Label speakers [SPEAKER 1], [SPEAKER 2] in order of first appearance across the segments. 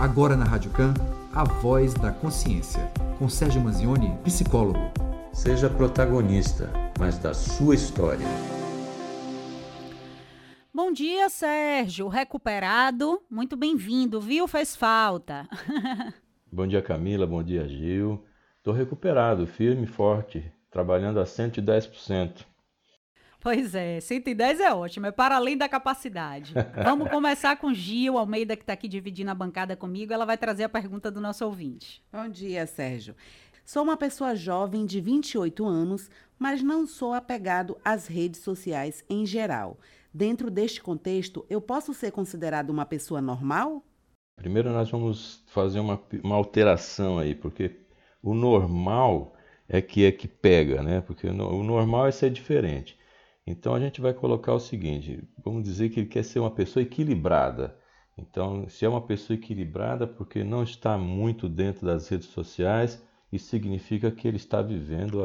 [SPEAKER 1] Agora na Rádio Can, a voz da consciência, com Sérgio Manzioni, psicólogo.
[SPEAKER 2] Seja protagonista, mas da sua história.
[SPEAKER 3] Bom dia, Sérgio. Recuperado? Muito bem-vindo, viu? Fez falta.
[SPEAKER 2] Bom dia, Camila. Bom dia, Gil. Estou recuperado, firme e forte, trabalhando a 110%.
[SPEAKER 3] Pois é, 110 é ótimo, é para além da capacidade. Vamos começar com Gil Almeida, que está aqui dividindo a bancada comigo. Ela vai trazer a pergunta do nosso ouvinte.
[SPEAKER 4] Bom dia, Sérgio. Sou uma pessoa jovem de 28 anos, mas não sou apegado às redes sociais em geral. Dentro deste contexto, eu posso ser considerado uma pessoa normal?
[SPEAKER 2] Primeiro nós vamos fazer uma alteração aí, porque o normal é que pega, né? Porque o normal é ser diferente. Então a gente vai colocar o seguinte, vamos dizer que ele quer ser uma pessoa equilibrada. Então, se é uma pessoa equilibrada porque não está muito dentro das redes sociais, isso significa que ele está vivendo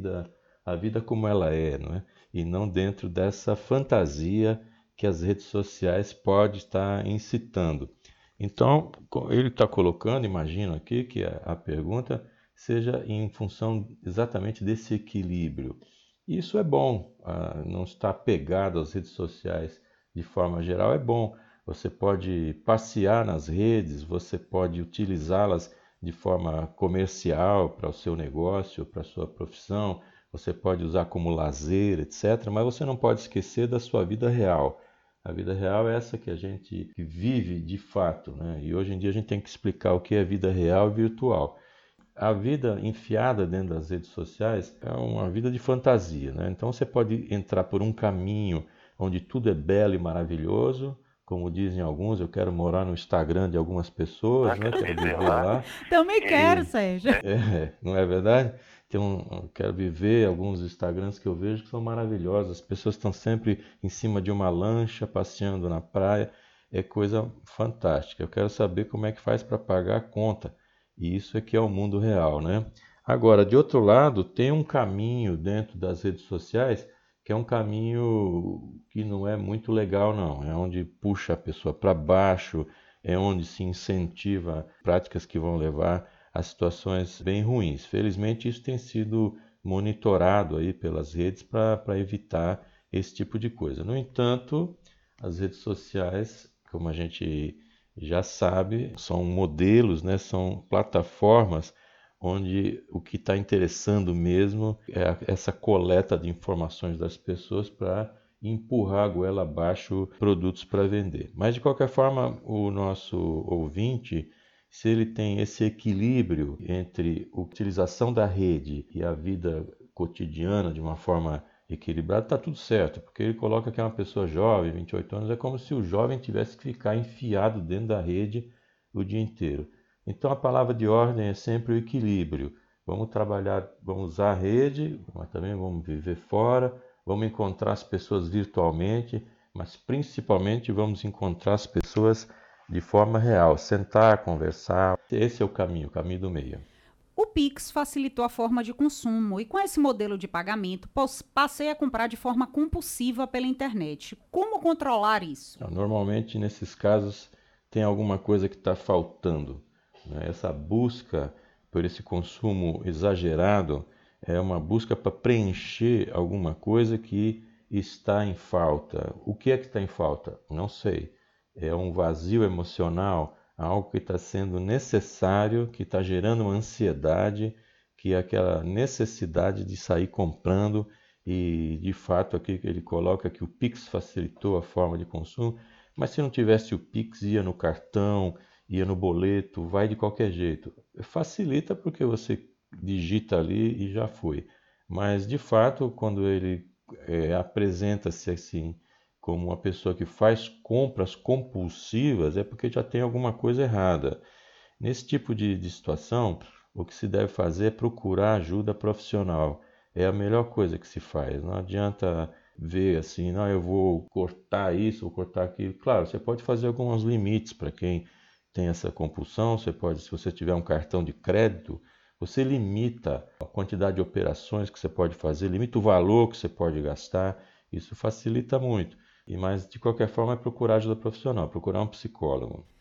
[SPEAKER 2] a vida como ela é, não é? E não dentro dessa fantasia que as redes sociais podem estar incitando. Então, ele está colocando, imagino aqui, que a pergunta seja em função exatamente desse equilíbrio. Isso é bom, não estar apegado às redes sociais de forma geral é bom. Você pode passear nas redes, você pode utilizá-las de forma comercial para o seu negócio, para a sua profissão, você pode usar como lazer, etc. Mas você não pode esquecer da sua vida real. A vida real é essa que a gente vive de fato, né? E hoje em dia a gente tem que explicar o que é vida real e virtual. A vida enfiada dentro das redes sociais é uma vida de fantasia, né? Então você pode entrar por um caminho onde tudo é belo e maravilhoso, como dizem alguns, eu quero morar no Instagram de algumas pessoas, né? Quero viver lá.
[SPEAKER 3] Também quero, Sérgio.
[SPEAKER 2] Não é verdade? Quero viver alguns Instagrams que eu vejo que são maravilhosos. As pessoas estão sempre em cima de uma lancha, passeando na praia. É coisa fantástica. Eu quero saber como é que faz para pagar a conta. E isso é que é o mundo real, né? Agora, de outro lado, tem um caminho dentro das redes sociais que é um caminho que não é muito legal, não. É onde puxa a pessoa para baixo, é onde se incentiva práticas que vão levar a situações bem ruins. Felizmente, isso tem sido monitorado aí pelas redes para evitar esse tipo de coisa. No entanto, as redes sociais, como a gente já sabe, são modelos, né? São plataformas onde o que está interessando mesmo é essa coleta de informações das pessoas para empurrar a goela abaixo produtos para vender. Mas, de qualquer forma, o nosso ouvinte, se ele tem esse equilíbrio entre a utilização da rede e a vida cotidiana de uma forma equilibrado, está tudo certo, porque ele coloca que é uma pessoa jovem, 28 anos, é como se o jovem tivesse que ficar enfiado dentro da rede o dia inteiro. Então a palavra de ordem é sempre o equilíbrio. Vamos trabalhar, vamos usar a rede, mas também vamos viver fora, vamos encontrar as pessoas virtualmente, mas principalmente vamos encontrar as pessoas de forma real, sentar, conversar. Esse é o caminho do meio.
[SPEAKER 3] O Pix facilitou a forma de consumo e com esse modelo de pagamento passei a comprar de forma compulsiva pela internet. Como controlar isso?
[SPEAKER 2] Normalmente, nesses casos, tem alguma coisa que está faltando, né? Essa busca por esse consumo exagerado é uma busca para preencher alguma coisa que está em falta. O que é que está em falta? Não sei. É um vazio emocional, algo que está sendo necessário, que está gerando uma ansiedade, que é aquela necessidade de sair comprando e, de fato, aqui ele coloca que o Pix facilitou a forma de consumo, mas se não tivesse o Pix, ia no cartão, ia no boleto, vai de qualquer jeito. Facilita porque você digita ali e já foi. Mas, de fato, quando ele apresenta-se assim, como uma pessoa que faz compras compulsivas, é porque já tem alguma coisa errada. Nesse tipo de situação, o que se deve fazer é procurar ajuda profissional. É a melhor coisa que se faz. Não adianta ver assim, não, eu vou cortar isso, vou cortar aquilo. Claro, você pode fazer alguns limites para quem tem essa compulsão. Você pode, se você tiver um cartão de crédito, você limita a quantidade de operações que você pode fazer, limita o valor que você pode gastar. Isso facilita muito. Mas, de qualquer forma, é procurar ajuda profissional, procurar um psicólogo.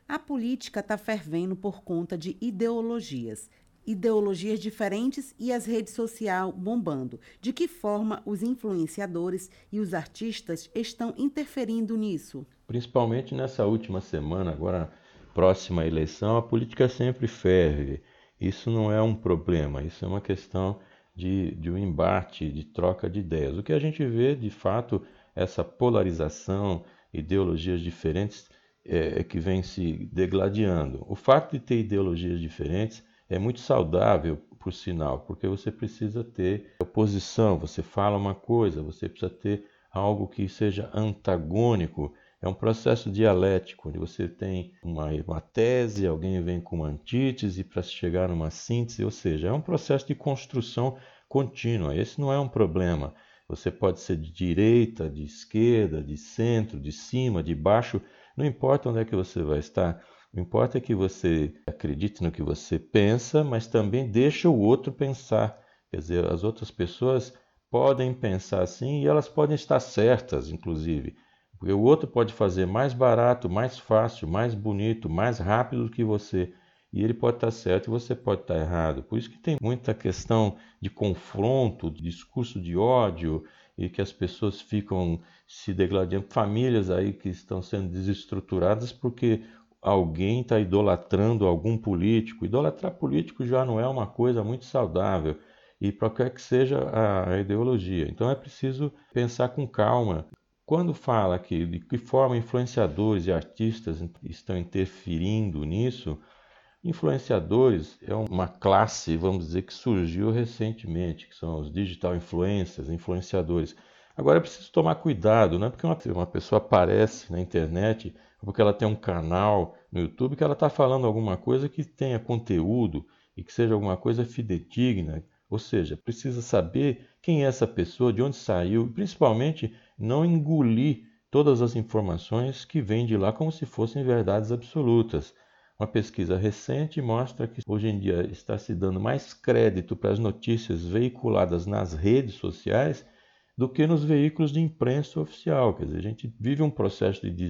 [SPEAKER 4] A política está fervendo por conta de ideologias diferentes e as redes sociais bombando. De que forma os influenciadores e os artistas estão interferindo nisso?
[SPEAKER 2] Principalmente nessa última semana, agora próxima à eleição, a política sempre ferve. Isso não é um problema, isso é uma questão de um embate, de troca de ideias. O que a gente vê, de fato, essa polarização, ideologias diferentes que vem se degladiando. O fato de ter ideologias diferentes é muito saudável, por sinal, porque você precisa ter oposição, você fala uma coisa, você precisa ter algo que seja antagônico. É um processo dialético, onde você tem uma tese, alguém vem com uma antítese para chegar numa síntese, ou seja, é um processo de construção contínua. Esse não é um problema. Você pode ser de direita, de esquerda, de centro, de cima, de baixo, não importa onde é que você vai estar. O que importa é que você acredite no que você pensa, mas também deixa o outro pensar. Quer dizer, as outras pessoas podem pensar assim e elas podem estar certas, inclusive. Porque o outro pode fazer mais barato, mais fácil, mais bonito, mais rápido do que você. E ele pode estar certo e você pode estar errado. Por isso que tem muita questão de confronto, de discurso de ódio, e que as pessoas ficam se degladiando. Famílias aí que estão sendo desestruturadas porque alguém está idolatrando algum político. Idolatrar político já não é uma coisa muito saudável, e para qualquer que seja a ideologia. Então é preciso pensar com calma. Quando fala que de que forma influenciadores e artistas estão interferindo nisso, influenciadores é uma classe, vamos dizer, que surgiu recentemente, que são os digital influencers, influenciadores. Agora é preciso tomar cuidado, não é porque uma pessoa aparece na internet, ou porque ela tem um canal no YouTube, que ela está falando alguma coisa que tenha conteúdo e que seja alguma coisa fidedigna. Ou seja, precisa saber quem é essa pessoa, de onde saiu, e principalmente não engolir todas as informações que vêm de lá como se fossem verdades absolutas. Uma pesquisa recente mostra que hoje em dia está se dando mais crédito para as notícias veiculadas nas redes sociais do que nos veículos de imprensa oficial. Quer dizer, a gente vive um processo de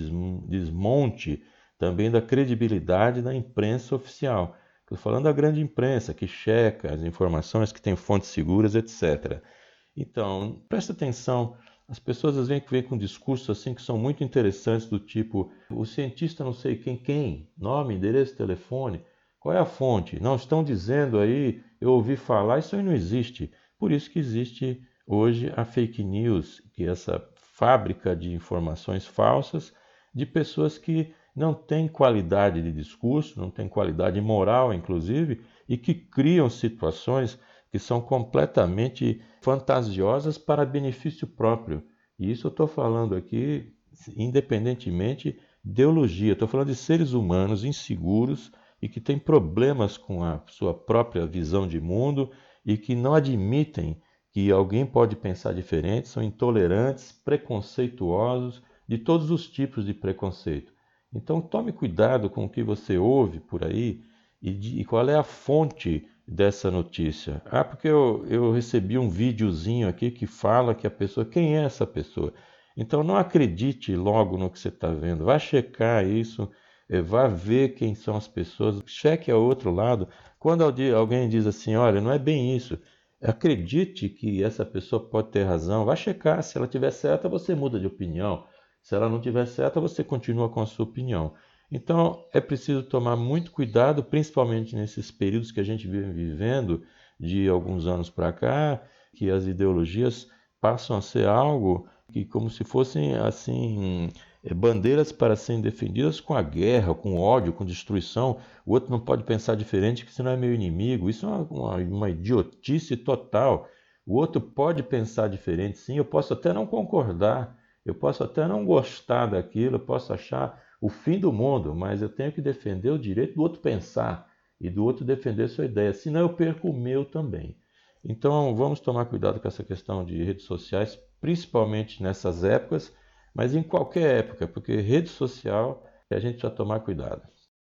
[SPEAKER 2] desmonte também da credibilidade da imprensa oficial. Estou falando da grande imprensa, que checa as informações, que tem fontes seguras, etc. Então, presta atenção. As pessoas às vezes vêm com discursos assim que são muito interessantes, do tipo, o cientista não sei quem, nome, endereço, telefone, qual é a fonte? Não, estão dizendo aí, eu ouvi falar, isso aí não existe. Por isso que existe hoje a fake news, que é essa fábrica de informações falsas de pessoas que não têm qualidade de discurso, não têm qualidade moral, inclusive, e que criam situações que são completamente fantasiosas para benefício próprio. E isso eu estou falando aqui, independentemente de ideologia. Estou falando de seres humanos inseguros e que têm problemas com a sua própria visão de mundo e que não admitem que alguém pode pensar diferente, são intolerantes, preconceituosos, de todos os tipos de preconceito. Então tome cuidado com o que você ouve por aí e qual é a fonte dessa notícia. Ah, porque eu recebi um videozinho aqui que fala que a pessoa... Quem é essa pessoa? Então não acredite logo no que você está vendo. Vá checar isso, vá ver quem são as pessoas, cheque ao outro lado. Quando alguém diz assim, olha, não é bem isso, acredite que essa pessoa pode ter razão, vá checar. Se ela estiver certa, você muda de opinião. Se ela não estiver certa, você continua com a sua opinião. Então, é preciso tomar muito cuidado, principalmente nesses períodos que a gente vem vivendo, de alguns anos para cá, que as ideologias passam a ser algo que, como se fossem assim, bandeiras para serem defendidas com a guerra, com ódio, com destruição. O outro não pode pensar diferente, que senão é meu inimigo. Isso é uma idiotice total. O outro pode pensar diferente, sim. Eu posso até não concordar, eu posso até não gostar daquilo, eu posso achar o fim do mundo, mas eu tenho que defender o direito do outro pensar e do outro defender sua ideia, senão eu perco o meu também. Então vamos tomar cuidado com essa questão de redes sociais, principalmente nessas épocas, mas em qualquer época, porque rede social a gente precisa tomar cuidado.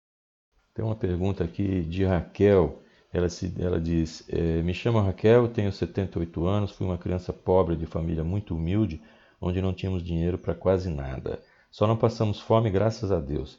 [SPEAKER 2] Tem uma pergunta aqui de Raquel. Ela diz, me chamo Raquel, tenho 78 anos, fui uma criança pobre de família muito humilde, onde não tínhamos dinheiro para quase nada. Só não passamos fome, graças a Deus.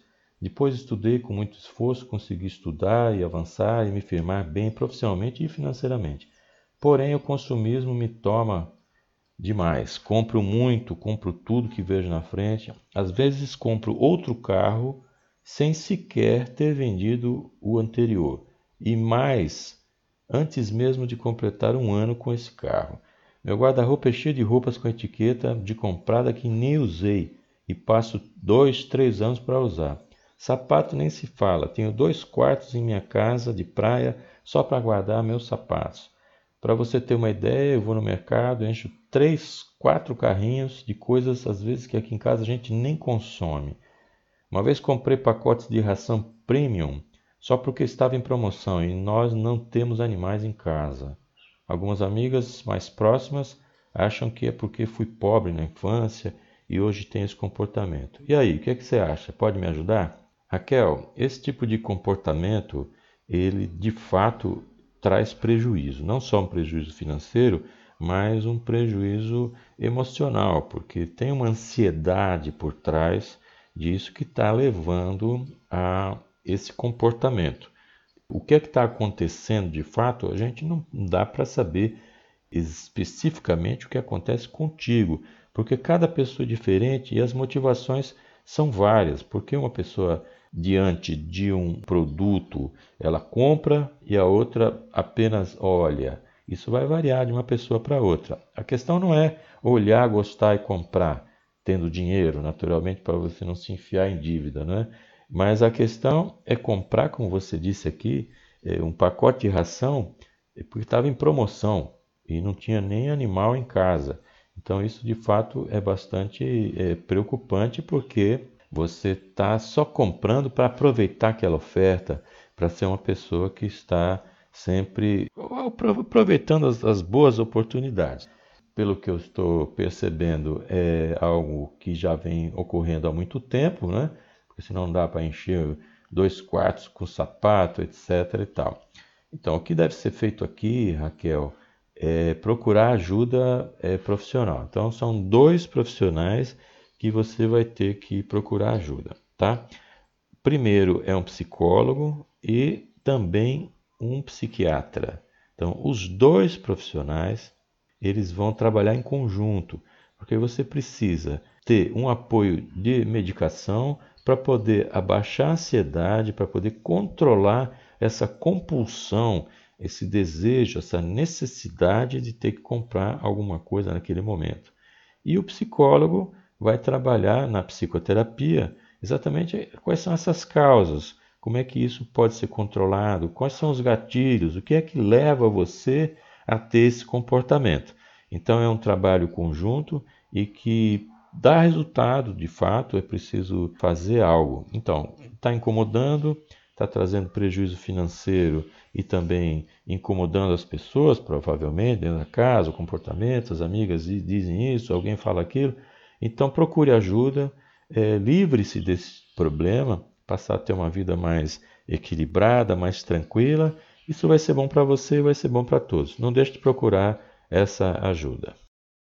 [SPEAKER 2] Depois estudei com muito esforço, consegui estudar e avançar e me firmar bem profissionalmente e financeiramente. Porém, o consumismo me toma demais. Compro muito, compro tudo que vejo na frente. Às vezes compro outro carro sem sequer ter vendido o anterior. E mais, antes mesmo de completar um ano com esse carro. Meu guarda-roupa é cheio de roupas com etiqueta de comprada que nem usei e passo 2, 3 anos para usar. Sapato nem se fala. Tenho 2 quartos em minha casa de praia só para guardar meus sapatos. Para você ter uma ideia, eu vou no mercado, encho 3, 4 carrinhos de coisas, às vezes, que aqui em casa a gente nem consome. Uma vez comprei pacotes de ração premium só porque estava em promoção e nós não temos animais em casa. Algumas amigas mais próximas acham que é porque fui pobre na infância e hoje tenho esse comportamento. E aí, o que é que você acha? Pode me ajudar? Raquel, esse tipo de comportamento, ele de fato traz prejuízo, não só um prejuízo financeiro, mas um prejuízo emocional, porque tem uma ansiedade por trás disso que está levando a esse comportamento. O que é que está acontecendo de fato, a gente não dá para saber especificamente o que acontece contigo, porque cada pessoa é diferente e as motivações são várias, porque uma pessoa diante de um produto, ela compra e a outra apenas olha. Isso vai variar de uma pessoa para outra. A questão não é olhar, gostar e comprar, tendo dinheiro, naturalmente, para você não se enfiar em dívida, né? Mas a questão é comprar, como você disse aqui, um pacote de ração, porque estava em promoção e não tinha nem animal em casa. Então isso de fato é bastante preocupante, porque você está só comprando para aproveitar aquela oferta, para ser uma pessoa que está sempre aproveitando as boas oportunidades. Pelo que eu estou percebendo, é algo que já vem ocorrendo há muito tempo, né? Porque senão não dá para encher 2 quartos com sapato, etc. e tal. Então, o que deve ser feito aqui, Raquel, é procurar ajuda profissional. Então, são 2 profissionais que você vai ter que procurar ajuda, tá? Primeiro é um psicólogo e também um psiquiatra. Então, os 2 profissionais, eles vão trabalhar em conjunto, porque você precisa ter um apoio de medicação para poder abaixar a ansiedade, para poder controlar essa compulsão, esse desejo, essa necessidade de ter que comprar alguma coisa naquele momento. E o psicólogo vai trabalhar na psicoterapia exatamente quais são essas causas, como é que isso pode ser controlado, quais são os gatilhos, o que é que leva você a ter esse comportamento. Então é um trabalho conjunto e que dá resultado, de fato, é preciso fazer algo. Então, está incomodando, está trazendo prejuízo financeiro e também incomodando as pessoas, provavelmente, dentro da casa, o comportamento, as amigas dizem isso, alguém fala aquilo. Então procure ajuda, livre-se desse problema, passar a ter uma vida mais equilibrada, mais tranquila. Isso vai ser bom para você e vai ser bom para todos. Não deixe de procurar essa ajuda.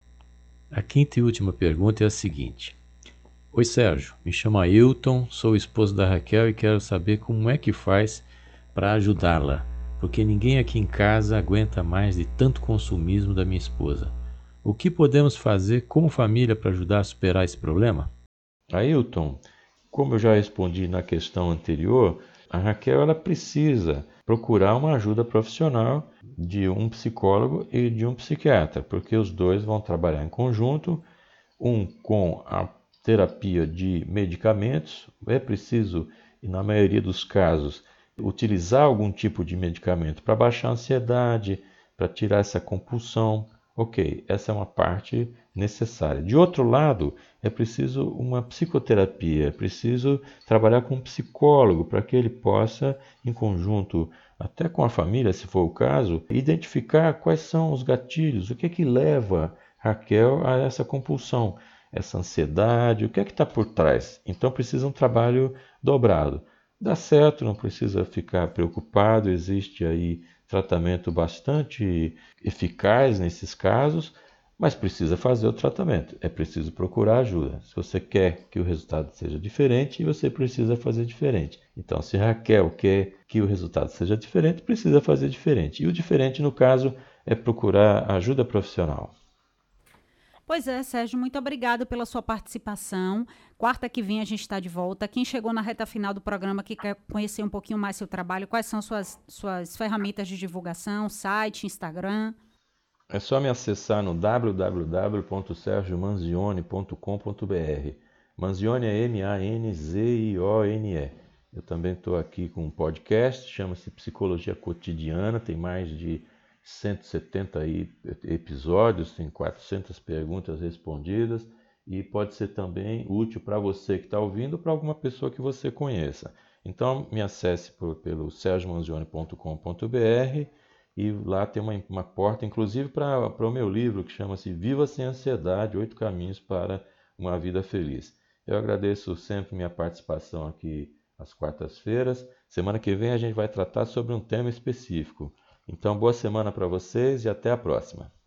[SPEAKER 5] A quinta e última pergunta é a seguinte. Oi Sérgio, me chamo Ailton, sou o esposo da Raquel e quero saber como é que faz para ajudá-la, porque ninguém aqui em casa aguenta mais de tanto consumismo da minha esposa. O que podemos fazer como família para ajudar a superar esse problema?
[SPEAKER 2] Ailton, como eu já respondi na questão anterior, a Raquel ela precisa procurar uma ajuda profissional de um psicólogo e de um psiquiatra, porque os 2 vão trabalhar em conjunto, um com a terapia de medicamentos. É preciso, e na maioria dos casos, utilizar algum tipo de medicamento para baixar a ansiedade, para tirar essa compulsão. Ok, essa é uma parte necessária. De outro lado, é preciso uma psicoterapia, é preciso trabalhar com um psicólogo para que ele possa, em conjunto, até com a família, se for o caso, identificar quais são os gatilhos, o que é que leva Raquel a essa compulsão, essa ansiedade, o que é que está por trás. Então precisa um trabalho dobrado. Dá certo, não precisa ficar preocupado, existe aí tratamento bastante eficaz nesses casos, mas precisa fazer o tratamento, é preciso procurar ajuda. Se você quer que o resultado seja diferente, você precisa fazer diferente. Então, se Raquel quer que o resultado seja diferente, precisa fazer diferente. E o diferente, no caso, é procurar ajuda profissional.
[SPEAKER 3] Pois é, Sérgio, muito obrigado pela sua participação. Quarta que vem a gente está de volta. Quem chegou na reta final do programa que quer conhecer um pouquinho mais seu trabalho, quais são suas ferramentas de divulgação, site, Instagram?
[SPEAKER 2] É só me acessar no www.sergiomanzione.com.br. Manzione é M-A-N-Z-I-O-N-E. Eu também estou aqui com um podcast, chama-se Psicologia Cotidiana, tem mais de 170 episódios, tem 400 perguntas respondidas e pode ser também útil para você que está ouvindo ou para alguma pessoa que você conheça. Então, me acesse pelo sergiomanzione.com.br e lá tem uma porta, inclusive, para o meu livro, que chama-se Viva Sem Ansiedade, 8 Caminhos para uma Vida Feliz. Eu agradeço sempre minha participação aqui às quartas-feiras. Semana que vem a gente vai tratar sobre um tema específico. Então, boa semana para vocês e até a próxima.